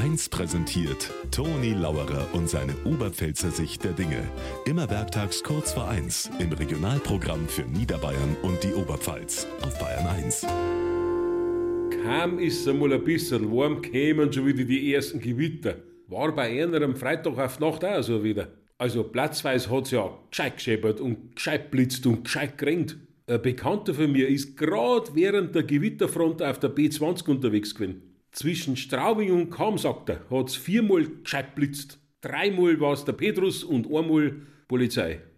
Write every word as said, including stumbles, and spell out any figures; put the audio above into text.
eins präsentiert Toni Lauerer und seine Oberpfälzer Sicht der Dinge. Immer werktags kurz vor eins im Regionalprogramm für Niederbayern und die Oberpfalz auf Bayern eins. Kaum ist es einmal ein bisschen warm, kämen schon wieder die ersten Gewitter. War bei einer am Freitag auf die Nacht auch so wieder. Also platzweise hat es ja gescheit gescheppert und gescheit blitzt und gescheit geregnet. Ein Bekannter von mir ist gerade während der Gewitterfront auf der B zwanzig unterwegs gewesen. Zwischen Straubing und Cham, sagt er, hat es viermal gescheit blitzt. Dreimal war es der Petrus und einmal Polizei.